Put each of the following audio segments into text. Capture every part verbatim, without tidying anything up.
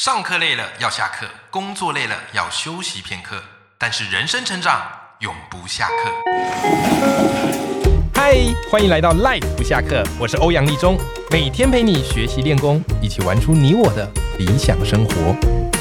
上课累了要下课，工作累了要休息片刻，但是人生成长永不下课。嗨，欢迎来到 Life 不下课，我是欧阳立中，每天陪你学习练功，一起玩出你我的理想生活。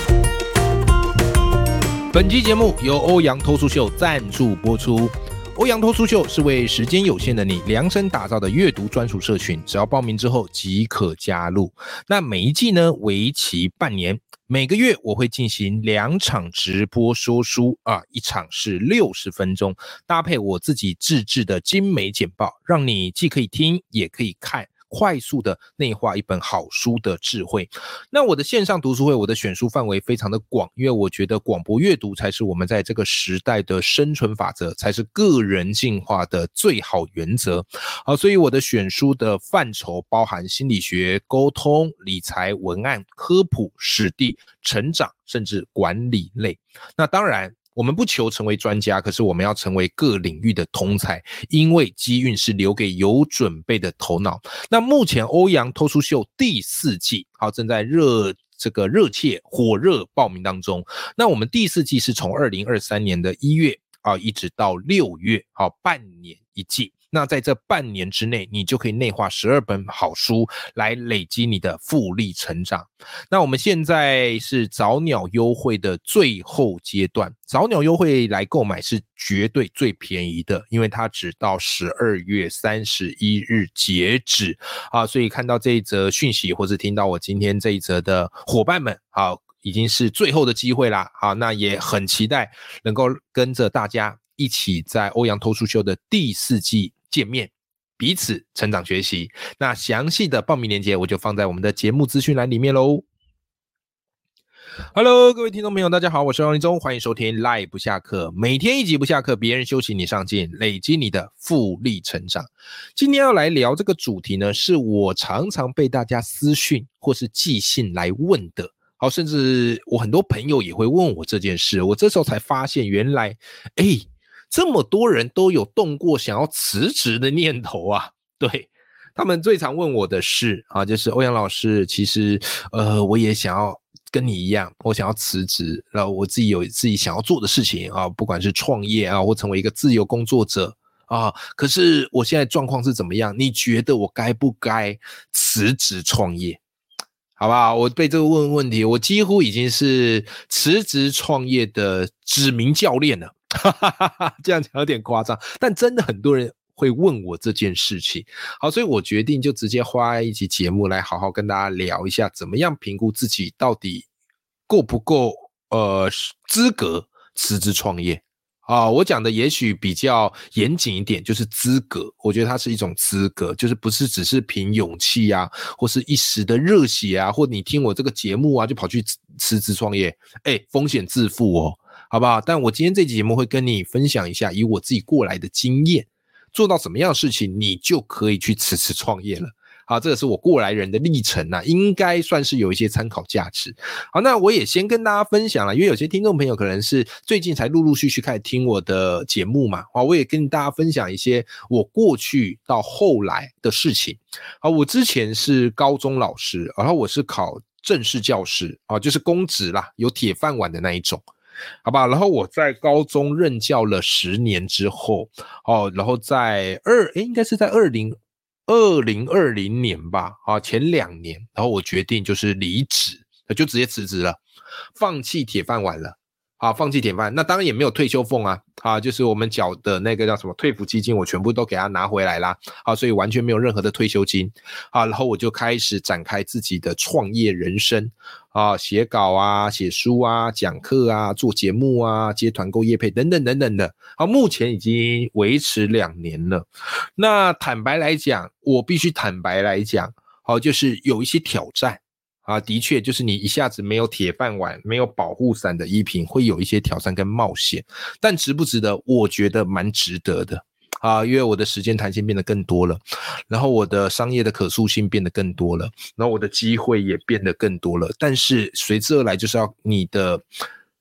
本期节目由欧阳脱书秀赞助播出。欧阳脱书秀是为时间有限的你量身打造的阅读专属社群，只要报名之后即可加入。那每一季呢，为期半年，每个月我会进行两场直播说书啊，一场是六十分钟，搭配我自己自制的精美简报，让你既可以听也可以看，快速的内化一本好书的智慧。那我的线上读书会，我的选书范围非常的广，因为我觉得广博阅读才是我们在这个时代的生存法则，才是个人进化的最好原则。好，所以我的选书的范畴包含心理学、沟通、理财、文案、科普、史地、成长，甚至管理类。那当然我们不求成为专家，可是我们要成为各领域的通才，因为机运是留给有准备的头脑。那目前欧阳脱书秀第四季好正在热这个热切火热报名当中。那我们第四季是从二零二三年的一月啊一直到六月，好半年一季。那在这半年之内，你就可以内化十二本好书来累积你的复利成长。那我们现在是早鸟优惠的最后阶段，早鸟优惠来购买是绝对最便宜的，因为它只到十二月三十一日截止啊，所以看到这一则讯息，或是听到我今天这一则的伙伴们啊，已经是最后的机会啦啊，那也很期待能够跟着大家一起在欧阳脱书秀的第四季见面，彼此成长学习。那详细的报名链接我就放在我们的节目资讯栏里面咯。Hello， 各位听众朋友，大家好，我是欧阳立中，欢迎收听 Live 不下课，每天一集不下课，别人休息你上进，累积你的复利成长。今天要来聊这个主题呢，是我常常被大家私讯或是寄信来问的。好，甚至我很多朋友也会问我这件事，我这时候才发现原来诶这么多人都有动过想要辞职的念头啊。对，他们最常问我的是啊，就是欧阳老师，其实呃我也想要跟你一样，我想要辞职，然后我自己有自己想要做的事情啊，不管是创业啊，或成为一个自由工作者啊，可是我现在状况是怎么样？你觉得我该不该辞职创业？好不好？我被这个问问题，我几乎已经是辞职创业的指名教练了。这样讲有点夸张，但真的很多人会问我这件事情。好，所以我决定就直接花一集节目来好好跟大家聊一下，怎么样评估自己到底够不够呃资格辞职创业。啊，我讲的也许比较严谨一点，就是资格。我觉得它是一种资格，就是不是只是凭勇气啊，或是一时的热血啊，或你听我这个节目啊就跑去辞职创业，哎，风险自负哦，好不好？但我今天这期节目会跟你分享一下，以我自己过来的经验，做到什么样的事情，你就可以去辞职创业了。好，这个是我过来人的历程啊，应该算是有一些参考价值。好，那我也先跟大家分享了，因为有些听众朋友可能是最近才陆陆续续开始听我的节目嘛，好，我也跟大家分享一些我过去到后来的事情。好，我之前是高中老师，然后我是考正式教师啊，就是公职啦，有铁饭碗的那一种。好吧，然后我在高中任教了十年之后，哦，然后在二诶应该是在二零二零二零年吧，啊，前两年，然后我决定就是离职，就直接辞职了，放弃铁饭碗了。啊，放弃铁饭，那当然也没有退休俸啊，啊，就是我们缴的那个叫什么退抚基金，我全部都给他拿回来啦，啊，所以完全没有任何的退休金，啊，然后我就开始展开自己的创业人生，啊，写稿啊，写书啊，讲课啊，做节目啊，接团购业配等等等等的，啊，目前已经维持两年了。那坦白来讲，我必须坦白来讲，好，就是有一些挑战。啊，的确就是你一下子没有铁饭碗，没有保护伞的依凭，会有一些挑战跟冒险，但值不值得？我觉得蛮值得的啊，因为我的时间弹性变得更多了，然后我的商业的可塑性变得更多了，然后我的机会也变得更多了，但是随之而来就是要你的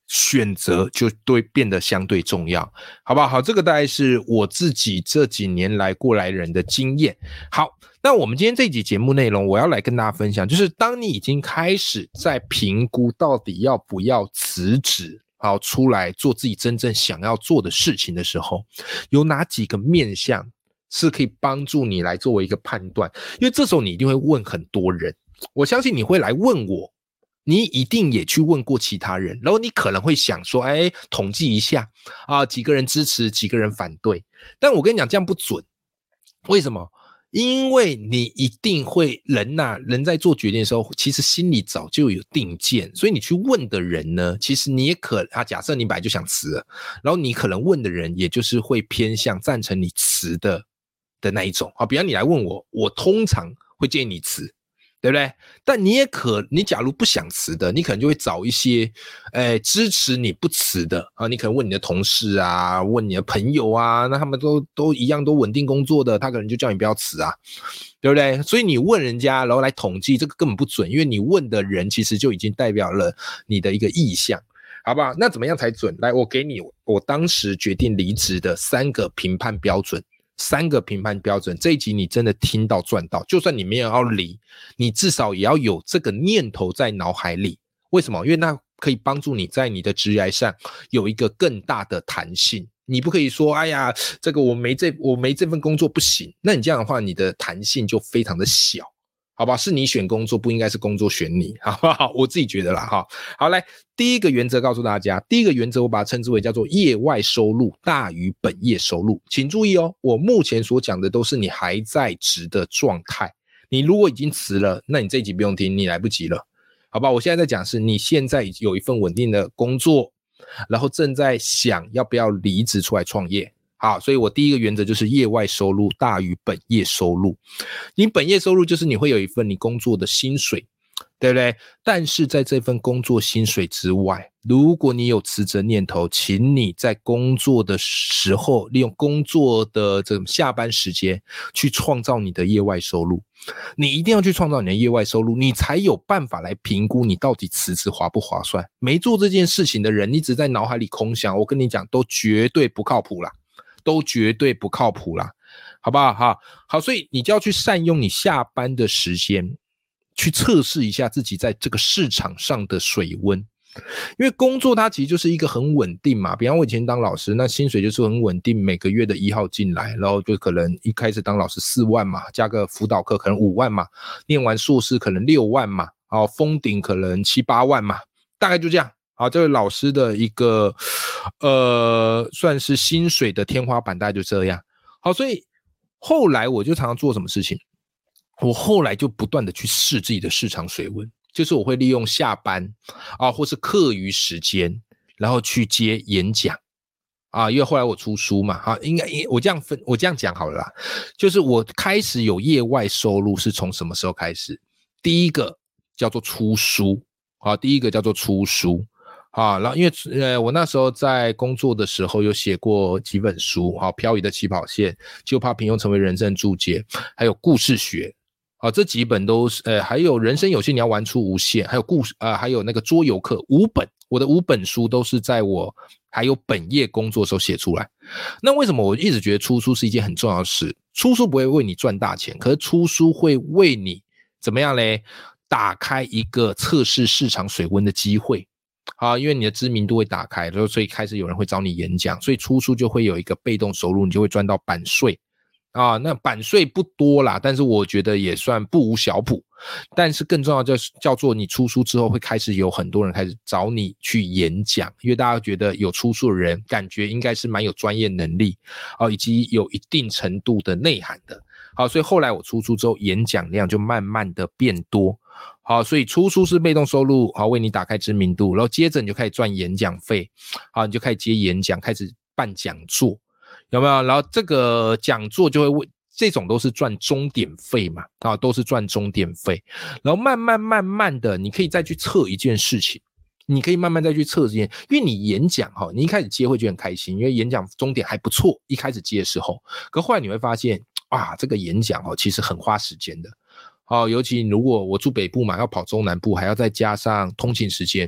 选择就对变得相对重要，好不好？好，这个大概是我自己这几年来过来人的经验。好，那我们今天这集节目内容，我要来跟大家分享，就是当你已经开始在评估到底要不要辞职，好，出来做自己真正想要做的事情的时候，有哪几个面向是可以帮助你来作为一个判断？因为这时候你一定会问很多人，我相信你会来问我，你一定也去问过其他人，然后你可能会想说，哎，统计一下啊，几个人支持，几个人反对。但我跟你讲，这样不准。为什么？因为你一定会人呐、啊，人在做决定的时候，其实心里早就有定见，所以你去问的人呢，其实你也可啊，假设你本来就想辞了，然后你可能问的人，也就是会偏向赞成你辞的的那一种啊。比方你来问我，我通常会建议你辞。对不对？但你也可，你假如不想辞的，你可能就会找一些，诶，支持你不辞的啊。你可能问你的同事啊，问你的朋友啊，那他们都都一样，都稳定工作的，他可能就叫你不要辞啊，对不对？所以你问人家，然后来统计，这个根本不准，因为你问的人其实就已经代表了你的一个意向，好不好？那怎么样才准？来，我给你我当时决定离职的三个评判标准。三个评判标准，这一集你真的听到赚到，就算你没有要离，你至少也要有这个念头在脑海里。为什么？因为那可以帮助你在你的职业上有一个更大的弹性。你不可以说，哎呀，这个我没这我没这份工作不行，那你这样的话，你的弹性就非常的小。好吧，是你选工作，不应该是工作选你，好不好？我自己觉得啦，哈。好，来，第一个原则告诉大家，第一个原则我把它称之为叫做业外收入大于本业收入。请注意哦，我目前所讲的都是你还在职的状态。你如果已经辞了，那你这一集不用听，你来不及了，好吧？我现在在讲是你现在有一份稳定的工作，然后正在想要不要离职出来创业。好，所以我第一个原则就是业外收入大于本业收入。你本业收入就是你会有一份你工作的薪水，对不对？但是在这份工作薪水之外，如果你有辞职念头，请你在工作的时候利用工作的这种下班时间去创造你的业外收入。你一定要去创造你的业外收入，你才有办法来评估你到底辞职划不划算。没做这件事情的人，你只在脑海里空想，我跟你讲，都绝对不靠谱啦。都绝对不靠谱啦，好不好？好，好，所以你就要去善用你下班的时间，去测试一下自己在这个市场上的水温。因为工作它其实就是一个很稳定嘛，比方我以前当老师，那薪水就是很稳定，每个月的一号进来，然后就可能一开始当老师四万嘛，加个辅导课可能五万嘛，念完硕士可能六万嘛，然后封顶可能七八万嘛，大概就这样。好，这位老师的一个呃，算是薪水的天花板，大概就这样。好，所以后来我就常常做什么事情？我后来就不断的去试自己的市场水温，就是我会利用下班啊，或是课余时间，然后去接演讲啊，因为后来我出书嘛，啊，应该我这样分，我这样讲好了啦，就是我开始有业外收入是从什么时候开始？第一个叫做出书，啊，第一个叫做出书。啊，然后因为呃，我那时候在工作的时候有写过几本书，好，漂移的起跑线，就怕平庸成为人生注解，还有故事学，啊，这几本都是呃，还有人生有限你要玩出无限，还有故事啊、呃，还有那个桌游课五本，我的五本书都是在我还有本业工作的时候写出来。那为什么我一直觉得出书是一件很重要的事？出书不会为你赚大钱，可是出书会为你怎么样嘞？打开一个测试市场水温的机会。啊，因为你的知名度会打开，所以开始有人会找你演讲，所以出书就会有一个被动收入，你就会赚到版税啊。那版税不多啦，但是我觉得也算不无小补。但是更重要就是叫做你出书之后会开始有很多人开始找你去演讲，因为大家觉得有出书的人感觉应该是蛮有专业能力啊，以及有一定程度的内涵的。好，所以后来我出书之后，演讲量就慢慢的变多。好，所以出书是被动收入，好，为你打开知名度，然后接着你就开始赚演讲费，好，你就开始接演讲，开始办讲座，有没有？然后这个讲座就会为这种都是赚钟点费嘛，啊，都是赚钟点费，然后慢慢慢慢的，你可以再去测一件事情。你可以慢慢再去测这件，因为你演讲哈，你一开始接会觉得很开心，因为演讲钟点还不错，一开始接的时候，可后来你会发现，啊，这个演讲哦，其实很花时间的。哦，尤其如果我住北部嘛，要跑中南部，还要再加上通勤时间，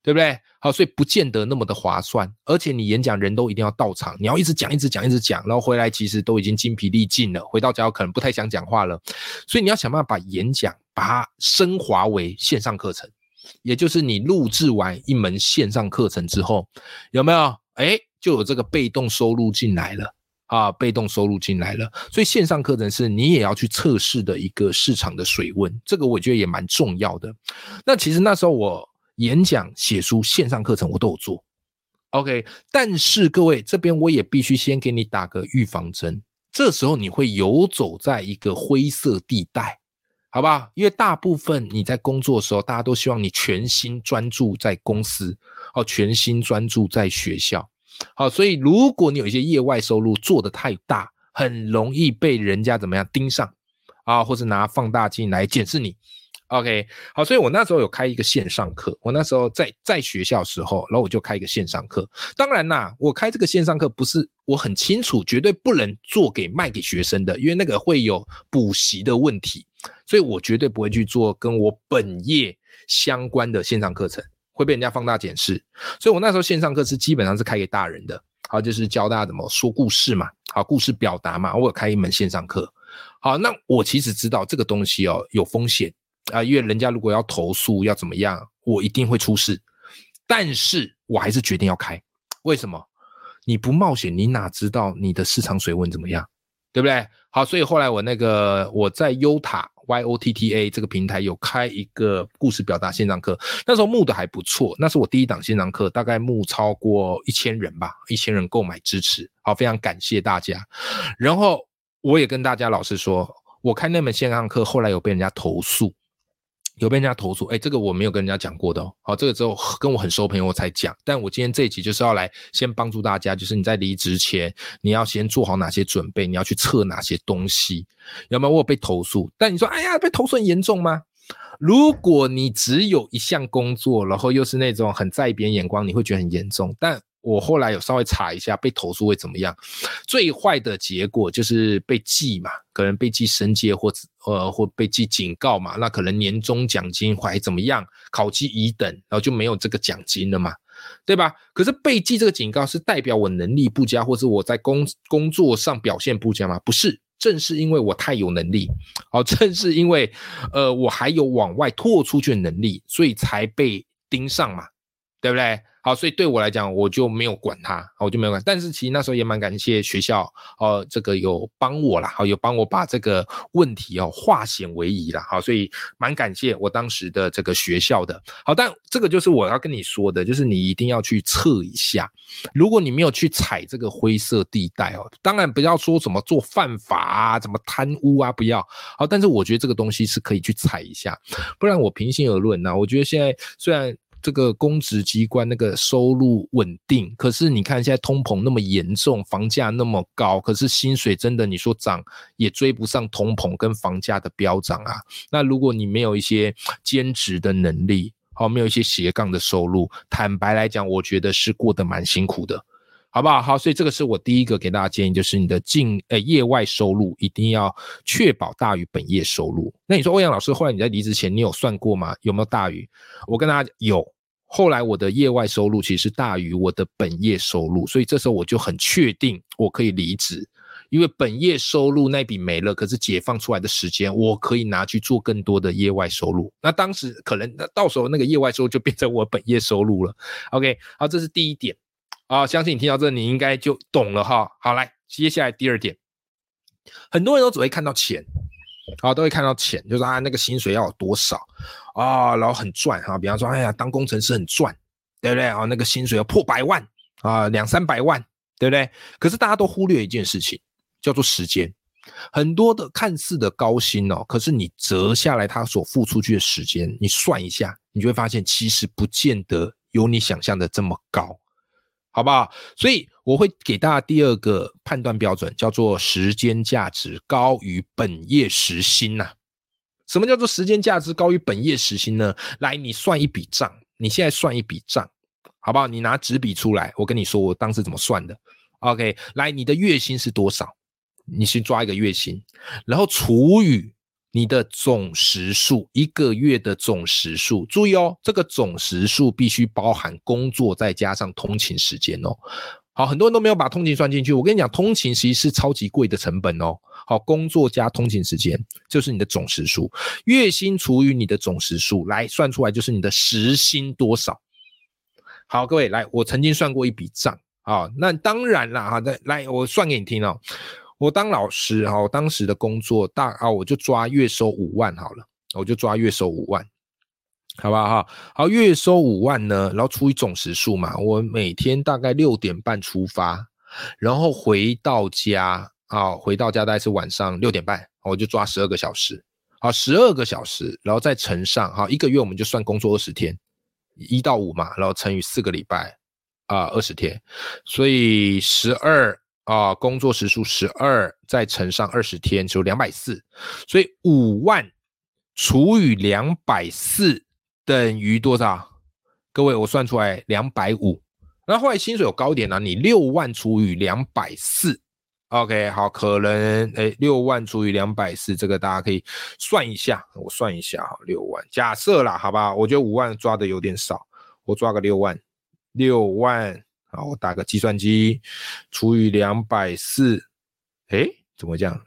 对不对？好，所以不见得那么的划算，而且你演讲人都一定要到场，你要一直讲一直讲一直讲，然后回来其实都已经精疲力尽了，回到家可能不太想讲话了，所以你要想办法把演讲把它升华为线上课程，也就是你录制完一门线上课程之后，有没有诶就有这个被动收入进来了啊，被动收入进来了，所以线上课程是你也要去测试的一个市场的水温，这个我觉得也蛮重要的。那其实那时候我演讲、写书、线上课程我都有做 ，OK。但是各位这边我也必须先给你打个预防针，这时候你会游走在一个灰色地带，好不好？因为大部分你在工作的时候，大家都希望你全心专注在公司，哦，全心专注在学校，好，所以如果你有一些业外收入做得太大，很容易被人家怎么样盯上啊，或是拿放大镜来检视你。OK， 好，所以我那时候有开一个线上课，我那时候在在学校的时候，然后我就开一个线上课。当然啦，我开这个线上课不是我很清楚，绝对不能做给卖给学生的，因为那个会有补习的问题，所以我绝对不会去做跟我本业相关的线上课程，会被人家放大检视。所以我那时候线上课是基本上是开给大人的，好，就是教大家怎么说故事嘛，好，故事表达嘛，我有开一门线上课。好，那我其实知道这个东西哦有风险。啊，因为人家如果要投诉要怎么样，我一定会出事，但是我还是决定要开。为什么？你不冒险，你哪知道你的市场水温怎么样，对不对？好，所以后来我那个我在优塔 Y O T T A 这个平台有开一个故事表达线上课，那时候募的还不错，那是我第一档线上课，大概募超过一千人吧，一千人购买支持，好，非常感谢大家。然后我也跟大家老师说，我开那门线上课，后来有被人家投诉。有被人家投诉，哎，这个我没有跟人家讲过的哦。好，这个之后跟我很熟朋友我才讲。但我今天这一集就是要来先帮助大家，就是你在离职前，你要先做好哪些准备，你要去测哪些东西。有没有？我有被投诉？但你说，哎呀，被投诉很严重吗？如果你只有一项工作，然后又是那种很在意别人眼光，你会觉得很严重。但我后来有稍微查一下，被投诉会怎么样？最坏的结果就是被记嘛，可能被记申诫或呃或被记警告嘛，那可能年终奖金还怎么样，考绩乙等，然后就没有这个奖金了嘛，对吧？可是被记这个警告是代表我能力不佳，或是我在工工作上表现不佳吗？不是，正是因为我太有能力，好，正是因为呃我还有往外拓出去的能力，所以才被盯上嘛，对不对？好，所以对我来讲，我就没有管他，我就没有管。但是其实那时候也蛮感谢学校，哦，这个有帮我啦，好，有帮我把这个问题哦化险为夷啦，好，所以蛮感谢我当时的这个学校的。好，但这个就是我要跟你说的，就是你一定要去测一下，如果你没有去踩这个灰色地带哦，当然不要说怎么做犯法啊，怎么贪污啊，不要。好，但是我觉得这个东西是可以去踩一下，不然我平心而论呢，我觉得现在虽然这个公职机关那个收入稳定，可是你看现在通膨那么严重，房价那么高，可是薪水真的你说涨也追不上通膨跟房价的飙涨啊。那如果你没有一些兼职的能力，好，没有一些斜杠的收入，坦白来讲，我觉得是过得蛮辛苦的。好不好？好，所以这个是我第一个给大家建议，就是你的进呃业外收入一定要确保大于本业收入。那你说欧阳老师，后来你在离职前你有算过吗？有没有大于？我跟大家有，后来我的业外收入其实是大于我的本业收入，所以这时候我就很确定我可以离职，因为本业收入那笔没了，可是解放出来的时间我可以拿去做更多的业外收入。那当时可能到时候那个业外收入就变成我本业收入了。OK， 好，这是第一点。啊，相信你听到这你应该就懂了哈。好，来，接下来第二点，很多人都只会看到钱，啊，都会看到钱，就是啊那个薪水要有多少啊，然后很赚哈，比方说，哎呀，当工程师很赚，对不对啊？那个薪水要破百万啊，两三百万，对不对？可是大家都忽略一件事情，叫做时间。很多的看似的高薪哦，可是你折下来他所付出去的时间，你算一下，你就会发现其实不见得有你想象的这么高。好不好？所以我会给大家第二个判断标准，叫做时间价值高于本业时薪呐、啊。什么叫做时间价值高于本业时薪呢？来，你算一笔账，你现在算一笔账，好不好？你拿纸笔出来，我跟你说我当时怎么算的。OK， 来，你的月薪是多少？你先抓一个月薪，然后除以你的总时数，一个月的总时数，注意哦，这个总时数必须包含工作再加上通勤时间哦。好，很多人都没有把通勤算进去，我跟你讲，通勤其实是超级贵的成本哦。好，工作加通勤时间就是你的总时数，月薪除以你的总时数，来算出来就是你的时薪多少。好，各位来，我曾经算过一笔账啊，那当然啦，好的，来我算给你听哦。我当老师哈，当时的工作大啊，我就抓月收五万好了，我就抓月收五万。好不好哈？好，月收五万呢，然后除以总时数嘛，我每天大概六点半出发，然后回到家啊，回到家大概是晚上六点半，我就抓十二个小时，好，十二个小时，然后再乘上，好，一个月我们就算工作二十天，一到五嘛，然后乘以四个礼拜啊，二十天，所以十二啊，工作时数十二，再乘上二十天就两百四十，所以五万除以两百四十。等于多少？各位，我算出来两百五十。那后来薪水有高点啊，你六万除以两百四十 OK， 好，可能诶六万除以两百四十，这个大家可以算一下，我算一下哈，六万，假设啦，好吧，我觉得五万抓的有点少，我抓个六万，六万，好，我打个计算机，除以两百四十，诶，怎么这样？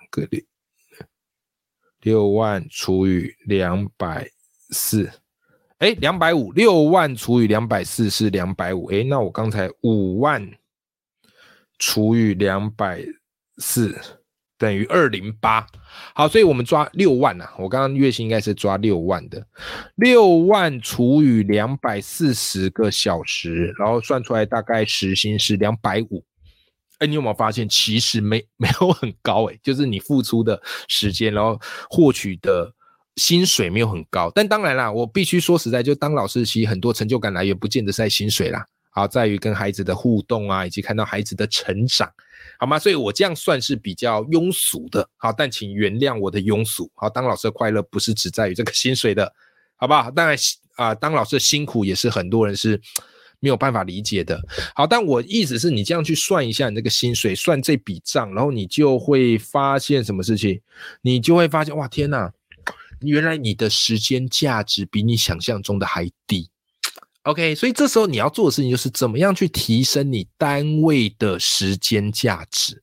六万除以两百四十。哎，两百五十，六万除以两百四十是两百五十，哎，那我刚才五万除以两百四十等于二百零八。好，所以我们抓六万啊，我刚刚月薪应该是抓六万的。六万除以两百四十个小时，然后算出来大概时薪是两百五十。哎，你有没有发现其实没没有很高哎，就是你付出的时间，然后获取的薪水没有很高，但当然啦，我必须说实在，就当老师其实很多成就感来源不见得是在薪水啦，好，在于跟孩子的互动啊，以及看到孩子的成长，好吗？所以我这样算是比较庸俗的，好，但请原谅我的庸俗。好，当老师的快乐不是只在于这个薪水的，好不好？当然啊、呃，当老师的辛苦也是很多人是没有办法理解的。好，但我意思是你这样去算一下你这个薪水，算这笔账，然后你就会发现什么事情？你就会发现，哇，天哪！原来你的时间价值比你想象中的还低 OK， 所以这时候你要做的事情就是怎么样去提升你单位的时间价值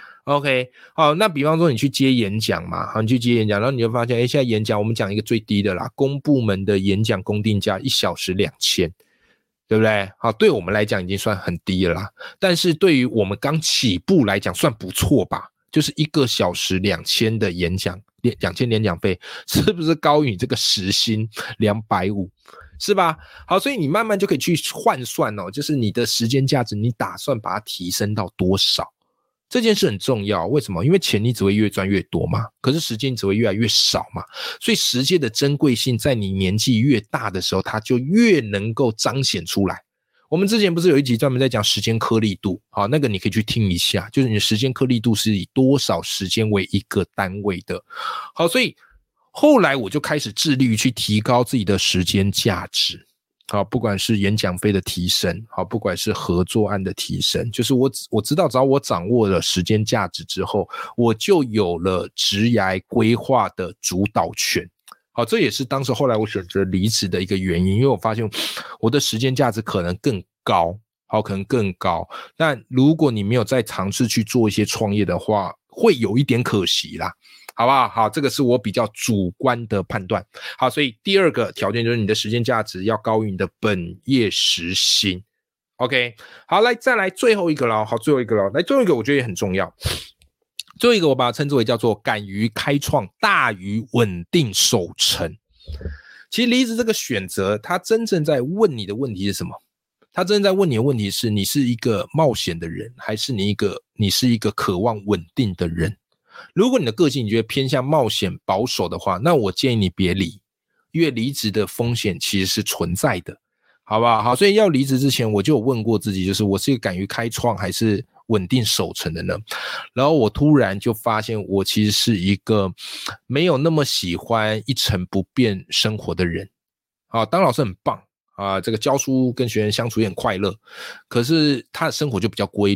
OK， 好，那比方说你去接演讲嘛，好，你去接演讲，然后你就发现诶现在演讲我们讲一个最低的啦，公部门的演讲公定价一小时两千，对不对？好，对我们来讲已经算很低了啦，但是对于我们刚起步来讲算不错吧，就是一个小时两千的演讲，两千演讲费是不是高于你这个时薪两百五十，是吧？好，所以你慢慢就可以去换算哦，就是你的时间价值你打算把它提升到多少，这件事很重要。为什么？因为钱你只会越赚越多嘛，可是时间只会越来越少嘛，所以时间的珍贵性在你年纪越大的时候它就越能够彰显出来。我们之前不是有一集专门在讲时间颗粒度，好，那个你可以去听一下，就是你的时间颗粒度是以多少时间为一个单位的。好，所以后来我就开始致力于去提高自己的时间价值。好，不管是演讲费的提升，好，不管是合作案的提升，就是我我知道只要我掌握了时间价值之后，我就有了职涯规划的主导权。好，这也是当时后来我选择离职的一个原因，因为我发现我的时间价值可能更高，好，可能更高。但如果你没有再尝试去做一些创业的话，会有一点可惜啦，好不好？好，这个是我比较主观的判断。好，所以第二个条件就是你的时间价值要高于你的本业时薪。OK， 好，来再来最后一个了，好，最后一个了，来最后一个我觉得也很重要。最后一个我把它称之为叫做敢于开创大于稳定守成。其实离职这个选择，他真正在问你的问题是什么？他真正在问你的问题是，你是一个冒险的人，还是你一个你是一个渴望稳定的人？如果你的个性你觉得偏向冒险保守的话，那我建议你别离，因为离职的风险其实是存在的，好不好？好，所以要离职之前我就有问过自己，就是我是一个敢于开创还是稳定守成的呢？然后我突然就发现我其实是一个没有那么喜欢一成不变生活的人。啊，当老师很棒啊，这个教书跟学生相处也很快乐，可是他的生活就比较规律。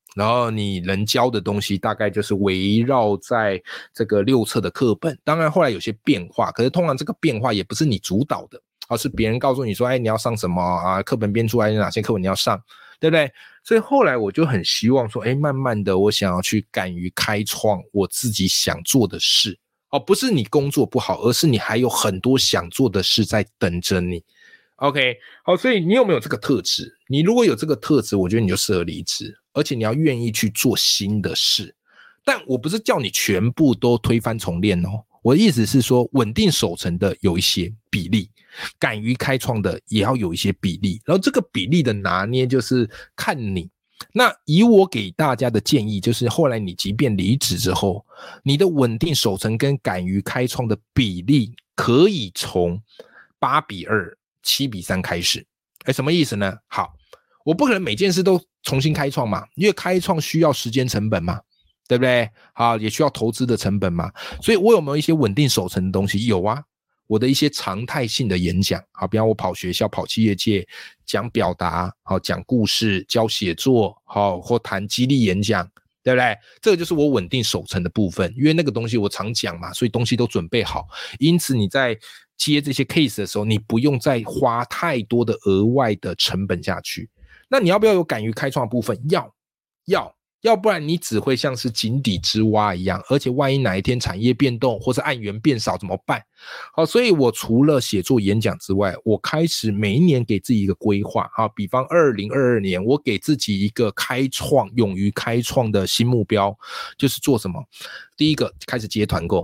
然后你能教的东西大概就是围绕在这个六册的课本，当然后来有些变化，可是通常这个变化也不是你主导的，而是别人告诉你说，哎，你要上什么啊？课本编出来哪些课本你要上，对不对？所以后来我就很希望说，哎，慢慢的我想要去敢于开创我自己想做的事，哦，不是你工作不好，而是你还有很多想做的事在等着你。OK， 好，所以你有没有这个特质？你如果有这个特质，我觉得你就适合离职，而且你要愿意去做新的事。但我不是叫你全部都推翻重练哦，我的意思是说，稳定守成的有一些比例，敢于开创的也要有一些比例，然后这个比例的拿捏就是看你。那以我给大家的建议，就是后来你即便离职之后，你的稳定守成跟敢于开创的比例可以从八比二、七比三开始。诶，什么意思呢？好，我不可能每件事都重新开创嘛，因为开创需要时间成本嘛，对不对？好，也需要投资的成本嘛，所以我有没有一些稳定守成的东西？有啊，我的一些常态性的演讲，好，比方我跑学校、跑企业界，讲表达，好，讲故事、教写作，好，或谈激励演讲，对不对？这个就是我稳定守成的部分，因为那个东西我常讲嘛，所以东西都准备好，因此你在接这些 case 的时候，你不用再花太多的额外的成本下去。那你要不要有敢于开创的部分？要，要。要不然你只会像是井底之蛙一样，而且万一哪一天产业变动或是案源变少怎么办？好，所以我除了写作演讲之外，我开始每一年给自己一个规划，好，比方二零二二年我给自己一个开创勇于开创的新目标，就是做什么？第一个开始接团购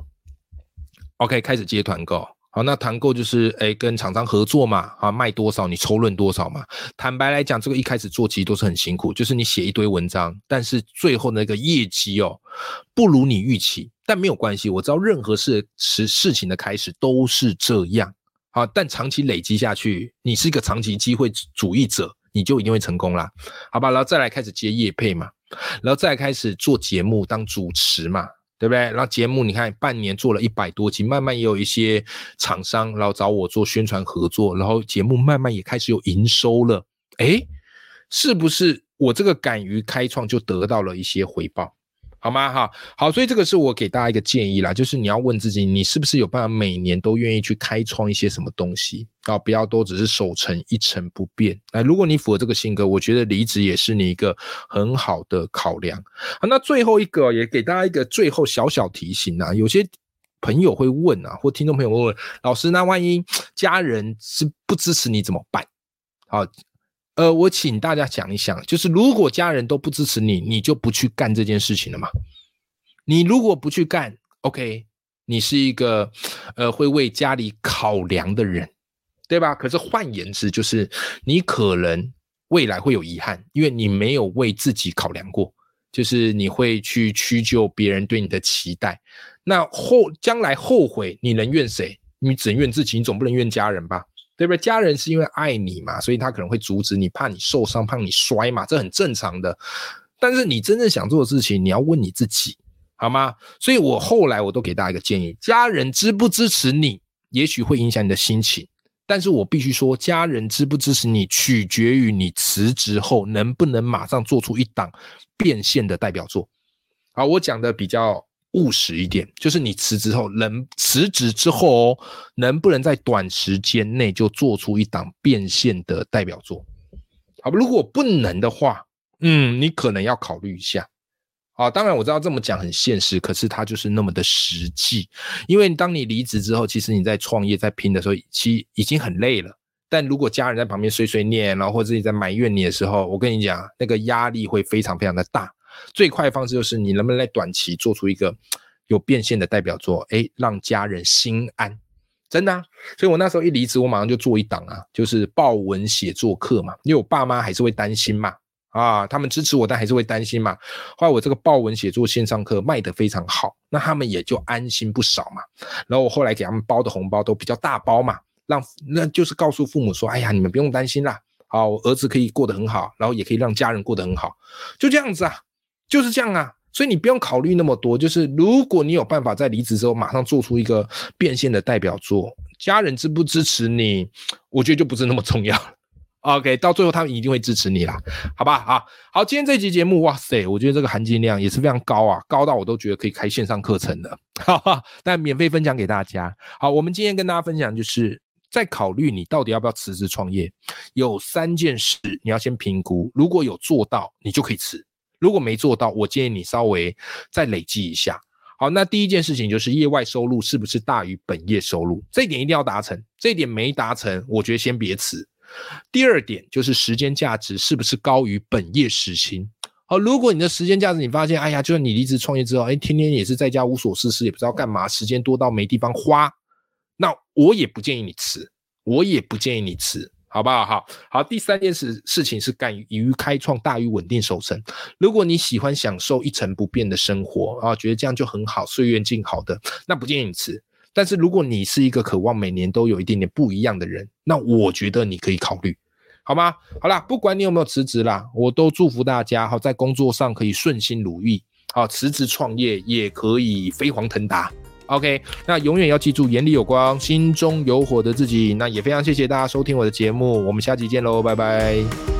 OK 开始接团购。好，那团购就是诶跟厂商合作嘛，啊，卖多少你抽润多少嘛。坦白来讲，这个一开始做其实都是很辛苦，就是你写一堆文章，但是最后那个业绩哦不如你预期，但没有关系，我知道任何事事情的开始都是这样，好，但长期累积下去，你是一个长期机会主义者，你就一定会成功啦，好吧？然后再来开始接业配嘛，然后再来开始做节目当主持嘛。对不对？然后节目你看半年做了一百多集，慢慢也有一些厂商然后找我做宣传合作，然后节目慢慢也开始有营收了。诶，是不是我这个敢于开创就得到了一些回报？好吗？好，好，所以这个是我给大家一个建议啦，就是你要问自己，你是不是有办法每年都愿意去开创一些什么东西啊？不要都只是守成一成不变。那如果你符合这个性格，我觉得离职也是你一个很好的考量。好，那最后一个也给大家一个最后小小提醒啊，有些朋友会问啊，或听众朋友会问，老师，那万一家人是不支持你怎么办？好。呃，我请大家想一想，就是如果家人都不支持你，你就不去干这件事情了嘛？你如果不去干 ，OK， 你是一个呃会为家里考量的人，对吧？可是换言之，就是你可能未来会有遗憾，因为你没有为自己考量过，就是你会去屈就别人对你的期待。那后将来后悔，你能怨谁？你只能怨自己，你总不能怨家人吧？对不对？家人是因为爱你嘛，所以他可能会阻止你，怕你受伤，怕你摔嘛，这很正常的。但是你真正想做的事情，你要问你自己，好吗？所以我后来我都给大家一个建议，家人支不支持你，也许会影响你的心情，但是我必须说，家人支不支持你，取决于你辞职后能不能马上做出一档变现的代表作。好，我讲的比较务实一点，就是你辞职后能辞职之后哦，能不能在短时间内就做出一档变现的代表作？好，如果不能的话，嗯，你可能要考虑一下。好，当然我知道这么讲很现实，可是它就是那么的实际。因为当你离职之后，其实你在创业在拼的时候，其实已经很累了。但如果家人在旁边碎碎念，然后或者自己在埋怨你的时候，我跟你讲，那个压力会非常非常的大。最快的方式就是你能不能在短期做出一个有变现的代表作，诶，让家人心安，真的啊。所以我那时候一离职，我马上就做一档啊，就是报文写作课嘛，因为我爸妈还是会担心嘛，啊，他们支持我，但还是会担心嘛。后来我这个报文写作线上课卖得非常好，那他们也就安心不少嘛。然后我后来给他们包的红包都比较大包嘛，让那就是告诉父母说，哎呀，你们不用担心啦，好，我儿子可以过得很好，然后也可以让家人过得很好，就这样子啊。就是这样啊，所以你不用考虑那么多，就是如果你有办法在离职之后马上做出一个变现的代表作，家人支不支持你，我觉得就不是那么重要了。 OK， 到最后他们一定会支持你啦，好吧？好，好，今天这期节目，哇塞，我觉得这个含金量也是非常高啊，高到我都觉得可以开线上课程了，哈哈，但免费分享给大家。好，我们今天跟大家分享就是在考虑你到底要不要辞职创业，有三件事你要先评估，如果有做到，你就可以辞；如果没做到，我建议你稍微再累积一下。好，那第一件事情就是业外收入是不是大于本业收入，这一点一定要达成，这一点没达成，我觉得先别辞。第二点就是时间价值是不是高于本业时薪。好，如果你的时间价值你发现，哎呀，就算你离职创业之后，哎，天天也是在家无所事事，也不知道干嘛，时间多到没地方花，那我也不建议你辞，我也不建议你辞，好不好？好，好，第三件事事情是敢于开创大于稳定守成。如果你喜欢享受一成不变的生活啊，觉得这样就很好，岁月静好的，那不建议你辞。但是如果你是一个渴望每年都有一点点不一样的人，那我觉得你可以考虑，好吗？好啦，不管你有没有辞职啦，我都祝福大家在工作上可以顺心如意，辞职创业也可以飞黄腾达。OK， 那永远要记住眼里有光，心中有火的自己。那也非常谢谢大家收听我的节目，我们下期见喽，拜拜。